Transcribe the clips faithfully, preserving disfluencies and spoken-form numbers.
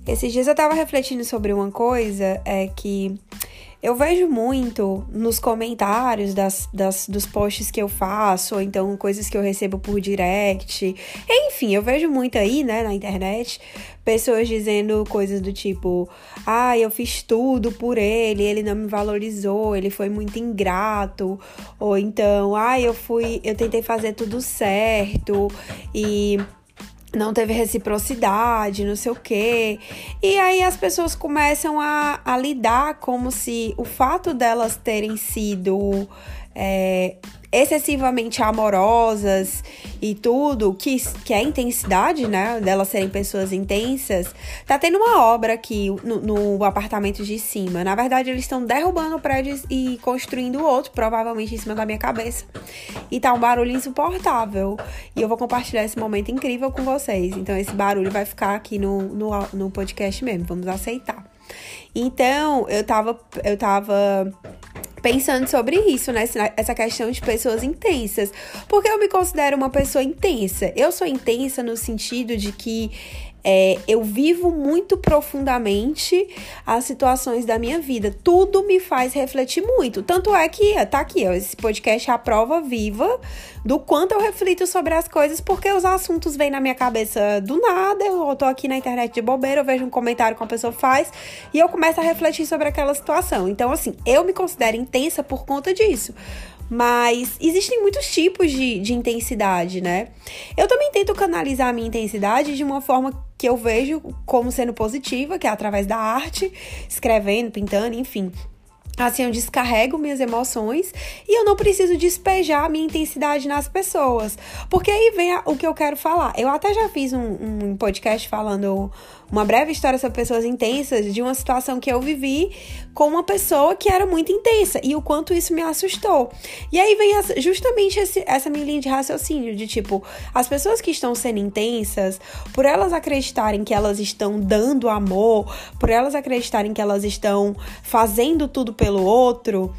Esses dias eu tava refletindo sobre uma coisa, é que eu vejo muito nos comentários das, das, dos posts que eu faço, ou então coisas que eu recebo por direct. Enfim, eu vejo muito aí, né, na internet, pessoas dizendo coisas do tipo: ah, eu fiz tudo por ele, ele não me valorizou, ele foi muito ingrato. Ou então, ah, eu fui, eu tentei fazer tudo certo e não teve reciprocidade, não sei o quê. E aí as pessoas começam a, a lidar como se o fato delas terem sido é, excessivamente amorosas e tudo, que, que é a intensidade, né, delas serem pessoas intensas. Tá tendo uma obra aqui no, no apartamento de cima. Na verdade, eles estão derrubando o prédio e construindo outro, provavelmente em cima da minha cabeça. E tá um barulho insuportável. E eu vou compartilhar esse momento incrível com vocês. Então, esse barulho vai ficar aqui no, no, no podcast mesmo. Vamos aceitar. Então, eu tava... Eu tava pensando sobre isso, né? Essa questão de pessoas intensas. Porque eu me considero uma pessoa intensa. Eu sou intensa no sentido de que é, eu vivo muito profundamente as situações da minha vida. Tudo me faz refletir muito. Tanto é que tá aqui, ó, esse podcast é a prova viva do quanto eu reflito sobre as coisas, porque os assuntos vêm na minha cabeça do nada. Eu tô aqui na internet de bobeira, eu vejo um comentário que uma pessoa faz e eu começo a refletir sobre aquela situação. Então, assim, eu me considero intensa por conta disso. Mas existem muitos tipos de, de intensidade, né? Eu também tento canalizar a minha intensidade de uma forma que eu vejo como sendo positiva, que é através da arte, escrevendo, pintando, enfim. Assim, eu descarrego minhas emoções e eu não preciso despejar a minha intensidade nas pessoas. Porque aí vem a, o que eu quero falar. Eu até já fiz um, um podcast falando uma breve história sobre pessoas intensas, de uma situação que eu vivi com uma pessoa que era muito intensa e o quanto isso me assustou. E aí vem essa, justamente esse, essa minha linha de raciocínio, de tipo, as pessoas que estão sendo intensas, por elas acreditarem que elas estão dando amor, por elas acreditarem que elas estão fazendo tudo pelo outro,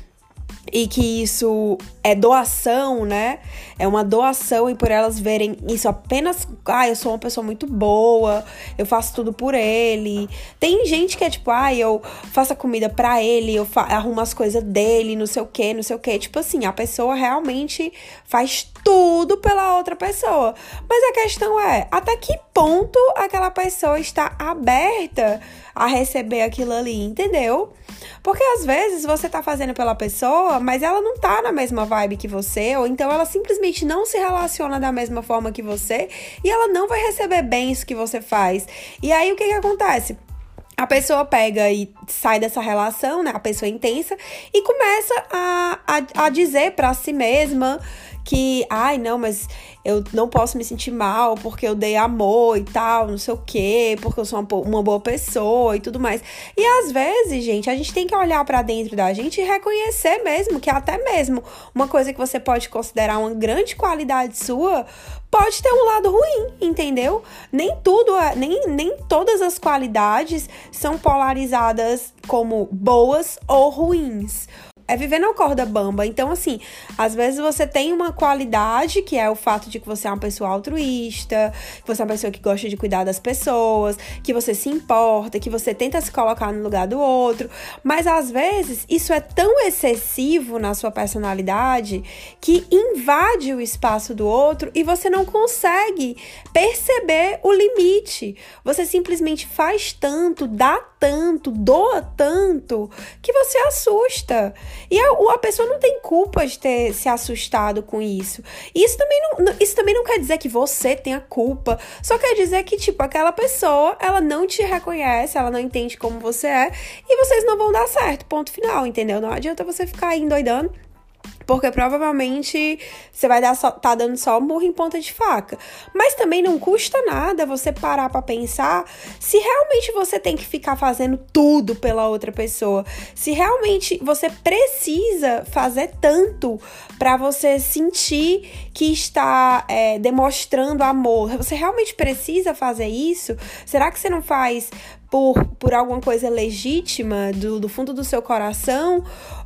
e que isso é doação, né? É uma doação, e por elas verem isso apenas... Ah, eu sou uma pessoa muito boa, eu faço tudo por ele. Tem gente que é tipo, ah, eu faço a comida pra ele, eu fa- arrumo as coisas dele, não sei o que, não sei o que. Tipo assim, a pessoa realmente faz tudo pela outra pessoa. Mas a questão é, até que ponto aquela pessoa está aberta a receber aquilo ali, entendeu? Porque às vezes você tá fazendo pela pessoa, mas ela não tá na mesma vibe que você, ou então ela simplesmente não se relaciona da mesma forma que você, e ela não vai receber bem isso que você faz. E aí o que que acontece? A pessoa pega e sai dessa relação, né? A pessoa intensa, e começa a, a, a dizer pra si mesma que, ai, não, mas eu não posso me sentir mal porque eu dei amor e tal, não sei o quê, porque eu sou uma, uma boa pessoa e tudo mais. E às vezes, gente, a gente tem que olhar pra dentro da gente e reconhecer mesmo que até mesmo uma coisa que você pode considerar uma grande qualidade sua pode ter um lado ruim, entendeu? Nem tudo, é, nem, nem todas as qualidades são polarizadas como boas ou ruins. É viver na corda bamba. Então, assim, às vezes você tem uma qualidade, que é o fato de que você é uma pessoa altruísta, que você é uma pessoa que gosta de cuidar das pessoas, que você se importa, que você tenta se colocar no lugar do outro. Mas, às vezes, isso é tão excessivo na sua personalidade que invade o espaço do outro e você não consegue perceber o limite. Você simplesmente faz tanto, dá tanto, doa tanto, que você assusta. E a, a pessoa não tem culpa de ter se assustado com isso. E isso também não, isso também não quer dizer que você tenha culpa. Só quer dizer que, tipo, aquela pessoa, ela não te reconhece, ela não entende como você é, e vocês não vão dar certo, ponto final, entendeu? Não adianta você ficar aí endoidando, porque provavelmente você vai dar só, tá dando só murro em ponta de faca. Mas também não custa nada você parar pra pensar se realmente você tem que ficar fazendo tudo pela outra pessoa. Se realmente você precisa fazer tanto pra você sentir que está é, demonstrando amor. Você realmente precisa fazer isso? Será que você não faz por, por alguma coisa legítima do, do fundo do seu coração?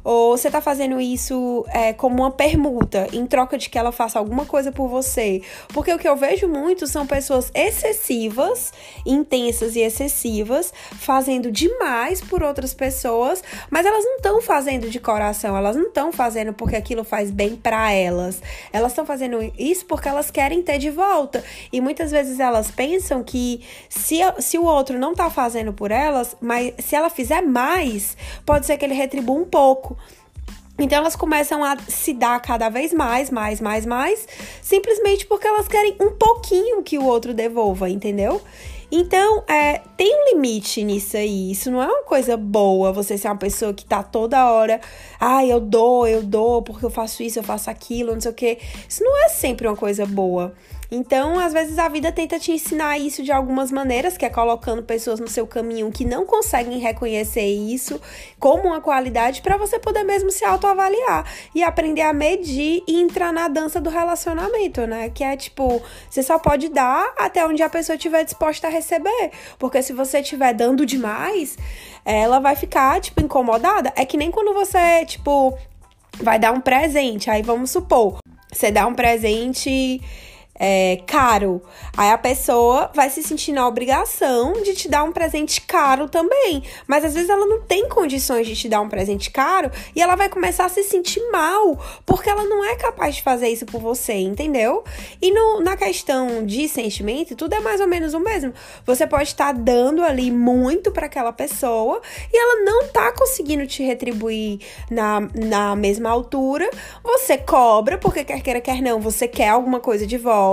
Ou você tá fazendo isso é, como uma permuta, em troca de que ela faça alguma coisa por você? Porque o que eu vejo muito são pessoas excessivas, intensas e excessivas, fazendo demais por outras pessoas, mas elas não estão fazendo de coração, elas não estão fazendo porque aquilo faz bem pra elas. Elas estão fazendo isso porque elas querem ter de volta. E muitas vezes elas pensam que se, se o outro não tá fazendo por elas, mas se ela fizer mais, pode ser que ele retribua um pouco. Então elas começam a se dar cada vez mais, mais, mais, mais, simplesmente porque elas querem um pouquinho que o outro devolva, entendeu? Então, é, tem um limite nisso aí. Isso não é uma coisa boa, você ser uma pessoa que tá toda hora, ah, eu dou, eu dou, porque eu faço isso, eu faço aquilo, não sei o quê. Isso não é sempre uma coisa boa. Então, às vezes a vida tenta te ensinar isso de algumas maneiras, que é colocando pessoas no seu caminho que não conseguem reconhecer isso como uma qualidade para você poder mesmo se autoavaliar e aprender a medir e entrar na dança do relacionamento, né? Que é tipo, você só pode dar até onde a pessoa estiver disposta a receber, porque se você estiver dando demais, ela vai ficar, tipo, incomodada. É que nem quando você, tipo, vai dar um presente, aí vamos supor, você dá um presente... É, caro, aí a pessoa vai se sentir na obrigação de te dar um presente caro também, mas às vezes ela não tem condições de te dar um presente caro e ela vai começar a se sentir mal, porque ela não é capaz de fazer isso por você, entendeu? E no, na questão de sentimento, tudo é mais ou menos o mesmo. Você pode estar dando ali muito para aquela pessoa e ela não tá conseguindo te retribuir na, na mesma altura, você cobra, porque quer queira, quer não, você quer alguma coisa de volta,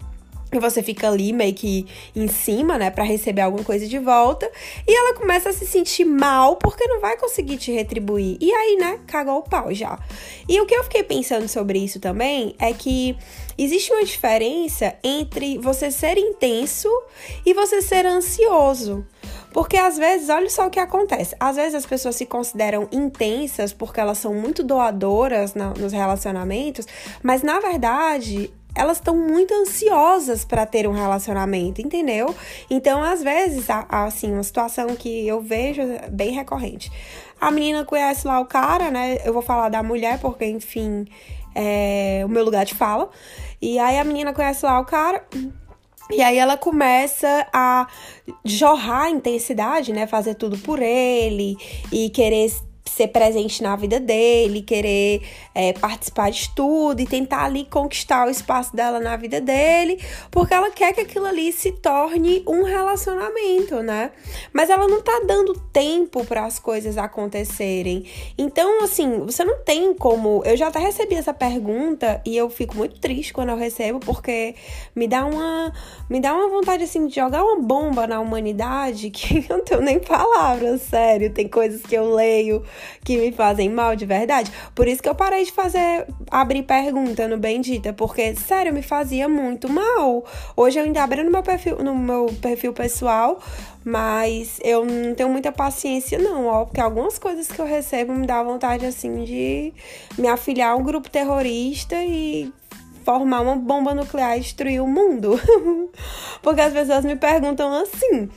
e você fica ali meio que em cima, né, pra receber alguma coisa de volta, e ela começa a se sentir mal porque não vai conseguir te retribuir, e aí, né, cagou o pau já. E o que eu fiquei pensando sobre isso também é que existe uma diferença entre você ser intenso e você ser ansioso. Porque às vezes, olha só o que acontece, às vezes as pessoas se consideram intensas porque elas são muito doadoras na, nos relacionamentos, mas na verdade... elas estão muito ansiosas para ter um relacionamento, entendeu? Então, às vezes, assim, uma situação que eu vejo bem recorrente. A menina conhece lá o cara, né? Eu vou falar da mulher, porque, enfim, é o meu lugar de fala. E aí a menina conhece lá o cara... E aí ela começa a jorrar intensidade, né? Fazer tudo por ele e querer ser presente na vida dele, querer é, participar de tudo e tentar ali conquistar o espaço dela na vida dele, porque ela quer que aquilo ali se torne um relacionamento, né? Mas ela não tá dando tempo para as coisas acontecerem. Então, assim, você não tem como... Eu já até recebi essa pergunta e eu fico muito triste quando eu recebo, porque me dá uma, me dá uma vontade, assim, de jogar uma bomba na humanidade que eu não tenho nem palavras, sério. Tem coisas que eu leio que me fazem mal de verdade. Por isso que eu parei de fazer, abrir pergunta no Bendita, porque, sério, me fazia muito mal. Hoje eu ainda abro no meu perfil, no meu perfil pessoal, mas eu não tenho muita paciência não, ó, porque algumas coisas que eu recebo me dá vontade, assim, de me afiliar a um grupo terrorista e formar uma bomba nuclear e destruir o mundo. Porque as pessoas me perguntam assim: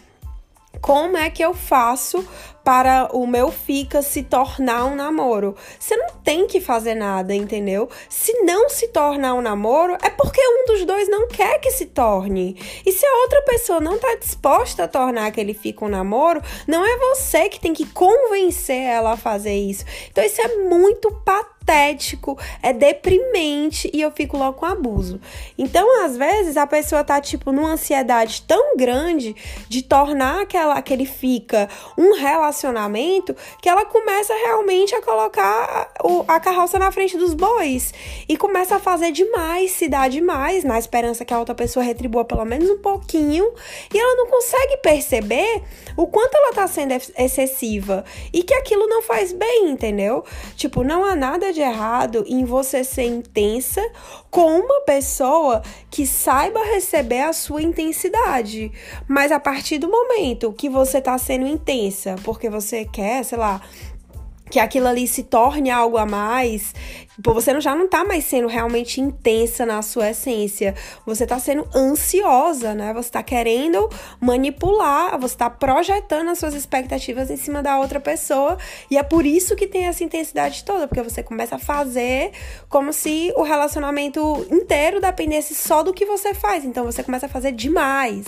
como é que eu faço para o meu fica se tornar um namoro? Você não tem que fazer nada, entendeu? Se não se tornar um namoro, é porque um dos dois não quer que se torne. E se a outra pessoa não tá disposta a tornar aquele fica um namoro, não é você que tem que convencer ela a fazer isso. Então isso é muito patético, é deprimente e eu fico logo com abuso. Então, às vezes, a pessoa tá, tipo, numa ansiedade tão grande de tornar aquela, aquele fica um relacionamento que ela começa realmente a colocar o, a carroça na frente dos bois e começa a fazer demais, se dar demais, na esperança que a outra pessoa retribua pelo menos um pouquinho, e ela não consegue perceber o quanto ela tá sendo excessiva e que aquilo não faz bem, entendeu? Tipo, não há nada de errado em você ser intensa com uma pessoa que saiba receber a sua intensidade, mas a partir do momento que você tá sendo intensa porque você quer, sei lá, que aquilo ali se torne algo a mais, Você já não tá mais sendo realmente intensa na sua essência. Você tá sendo ansiosa, né? Você tá querendo manipular, você tá projetando as suas expectativas em cima da outra pessoa. E é por isso que tem essa intensidade toda, porque você começa a fazer como se o relacionamento inteiro dependesse só do que você faz. Então você começa a fazer demais.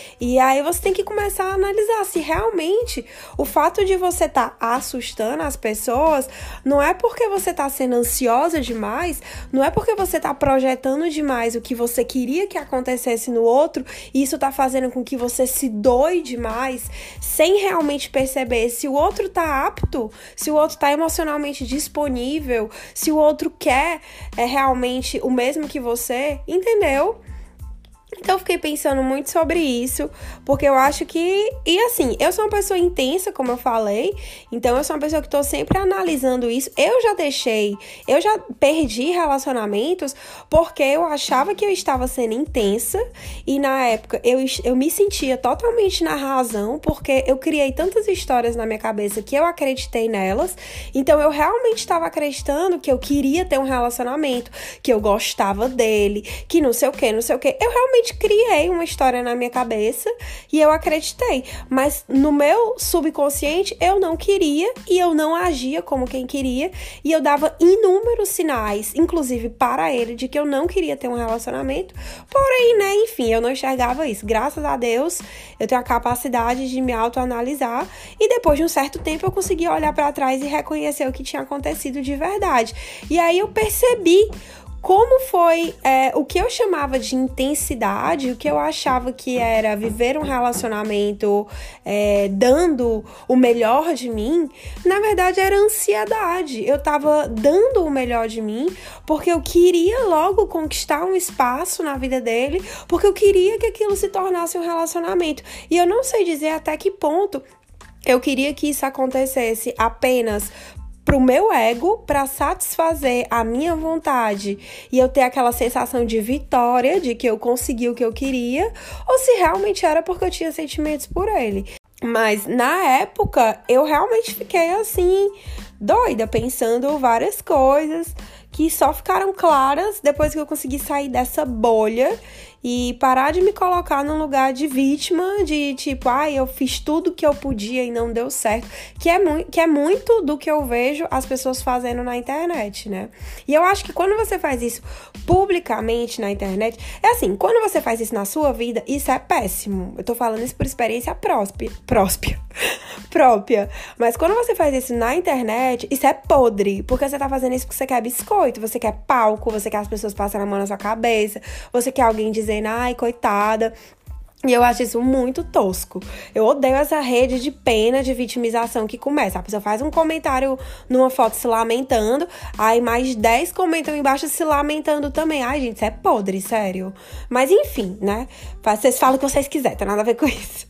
E aí você tem que começar a analisar se realmente o fato de você estar tá assustando as pessoas não é porque você tá sendo ansiosa demais, não é porque você tá projetando demais o que você queria que acontecesse no outro e isso tá fazendo com que você se doe demais sem realmente perceber se o outro tá apto, se o outro tá emocionalmente disponível, se o outro quer é, realmente o mesmo que você, entendeu? Então eu fiquei pensando muito sobre isso, porque eu acho que, e assim, eu sou uma pessoa intensa, como eu falei, então eu sou uma pessoa que tô sempre analisando isso. Eu já deixei, eu já perdi relacionamentos porque eu achava que eu estava sendo intensa e na época eu, eu me sentia totalmente na razão, porque eu criei tantas histórias na minha cabeça que eu acreditei nelas, então eu realmente estava acreditando que eu queria ter um relacionamento, que eu gostava dele, que não sei o que, não sei o que, eu realmente criei uma história na minha cabeça e eu acreditei, mas no meu subconsciente eu não queria e eu não agia como quem queria e eu dava inúmeros sinais, inclusive para ele, de que eu não queria ter um relacionamento, porém, né, enfim, eu não enxergava isso. Graças a Deus, eu tenho a capacidade de me autoanalisar e depois de um certo tempo eu consegui olhar para trás e reconhecer o que tinha acontecido de verdade. E aí eu percebi como foi é, o que eu chamava de intensidade, o que eu achava que era viver um relacionamento é, dando o melhor de mim, na verdade era ansiedade. Eu tava dando o melhor de mim porque eu queria logo conquistar um espaço na vida dele, porque eu queria que aquilo se tornasse um relacionamento. E eu não sei dizer até que ponto eu queria que isso acontecesse apenas pro meu ego, para satisfazer a minha vontade e eu ter aquela sensação de vitória, de que eu consegui o que eu queria, ou se realmente era porque eu tinha sentimentos por ele. Mas na época, eu realmente fiquei assim, doida, pensando várias coisas que só ficaram claras depois que eu consegui sair dessa bolha e parar de me colocar num lugar de vítima, de tipo, ai, ah, eu fiz tudo que eu podia e não deu certo, que é, mu- que é muito do que eu vejo as pessoas fazendo na internet, né? E eu acho que quando você faz isso publicamente na internet, é assim, quando você faz isso na sua vida, isso é péssimo. Eu tô falando isso por experiência próspria, próspria, própria. Mas quando você faz isso na internet, isso é podre, porque você tá fazendo isso porque você quer biscoito, você quer palco, você quer as pessoas passando a mão na sua cabeça, você quer alguém dizendo, ai, coitada. E eu acho isso muito tosco. Eu odeio essa rede de pena, de vitimização que começa. A pessoa faz um comentário numa foto se lamentando, aí mais dez comentam embaixo se lamentando também. Ai, gente, isso é podre, sério. Mas enfim, né? Vocês falam o que vocês quiserem, tem nada a ver com isso.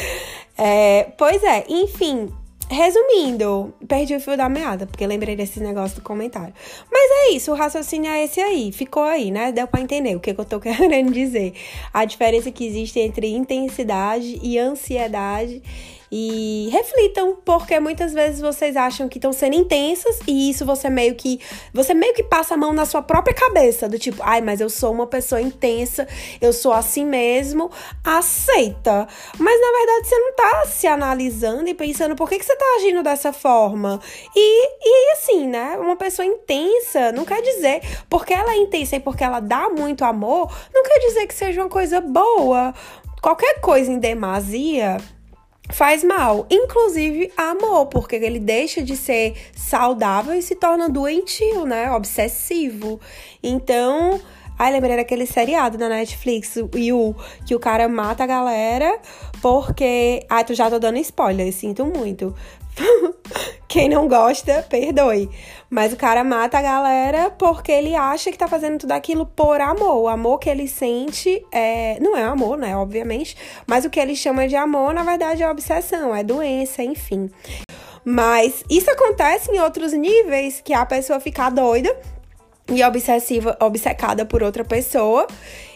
É, pois é, enfim... Resumindo, perdi o fio da meada, porque lembrei desse negócio do comentário. Mas é isso, o raciocínio é esse aí. Ficou aí, né? Deu pra entender o que, que eu tô querendo dizer. A diferença que existe entre intensidade e ansiedade. E reflitam, porque muitas vezes vocês acham que estão sendo intensas e isso você meio que você meio que passa a mão na sua própria cabeça, do tipo, ai, mas eu sou uma pessoa intensa, eu sou assim mesmo, aceita. Mas na verdade você não tá se analisando e pensando por que, que você tá agindo dessa forma. E, e assim, né, uma pessoa intensa não quer dizer, porque ela é intensa e porque ela dá muito amor, não quer dizer que seja uma coisa boa. Qualquer coisa em demasia faz mal, inclusive amor, porque ele deixa de ser saudável e se torna doentio, né, obsessivo. Então, ai, lembrei daquele seriado da Netflix, o You, que o cara mata a galera porque... Ai, tu já tô dando spoiler, sinto muito. Quem não gosta, perdoe. Mas o cara mata a galera porque ele acha que tá fazendo tudo aquilo por amor. O amor que ele sente é... não é amor, né? Obviamente. Mas o que ele chama de amor, na verdade, é obsessão, é doença, enfim. Mas isso acontece em outros níveis, que a pessoa fica doida e obsessiva, obcecada por outra pessoa.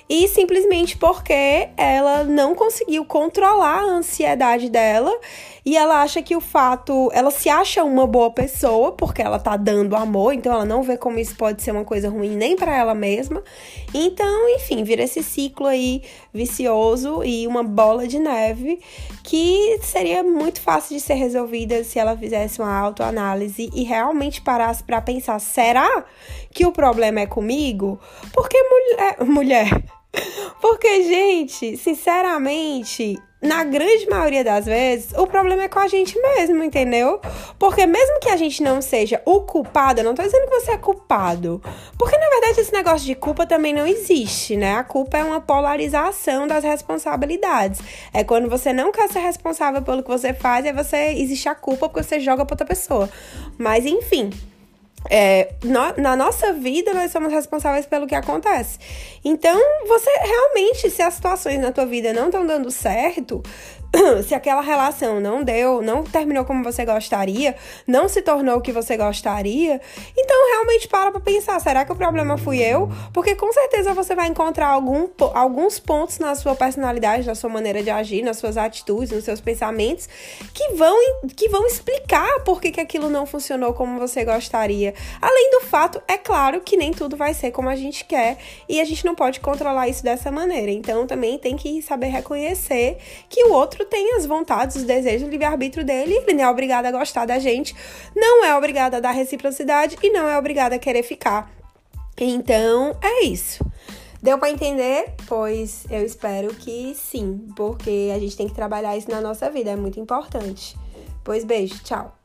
e simplesmente porque ela não conseguiu controlar a ansiedade dela e ela acha que o fato, ela se acha uma boa pessoa porque ela tá dando amor, então ela não vê como isso pode ser uma coisa ruim nem pra ela mesma. Então, enfim, vira esse ciclo aí vicioso e uma bola de neve que seria muito fácil de ser resolvida se ela fizesse uma autoanálise e realmente parasse pra pensar, será que o problema é comigo? Porque mulher, mulher, porque, gente, sinceramente, na grande maioria das vezes, o problema é com a gente mesmo, entendeu? Porque mesmo que a gente não seja o culpado, eu não tô dizendo que você é culpado, porque na verdade esse negócio de culpa também não existe, né? A culpa é uma polarização das responsabilidades. É quando você não quer ser responsável pelo que você faz, aí você existe a culpa porque você joga pra outra pessoa. Mas, enfim... É, no, na nossa vida, nós somos responsáveis pelo que acontece. Então, você realmente, se as situações na tua vida não estão dando certo, se aquela relação não deu, não terminou como você gostaria, não se tornou o que você gostaria, então realmente para pra pensar, será que o problema fui eu? Porque com certeza você vai encontrar algum, alguns pontos na sua personalidade, na sua maneira de agir, nas suas atitudes, nos seus pensamentos, que vão, que vão explicar por que, que aquilo não funcionou como você gostaria. Além do fato, é claro que nem tudo vai ser como a gente quer e a gente não pode controlar isso dessa maneira. Então também tem que saber reconhecer que o outro tem as vontades, os desejos, o livre-arbítrio dele, ele não é obrigado a gostar da gente, não é obrigado a dar reciprocidade e não é obrigado a querer ficar. Então, é isso. Deu pra entender? Pois eu espero que sim, porque a gente tem que trabalhar isso na nossa vida, é muito importante. Pois beijo, tchau.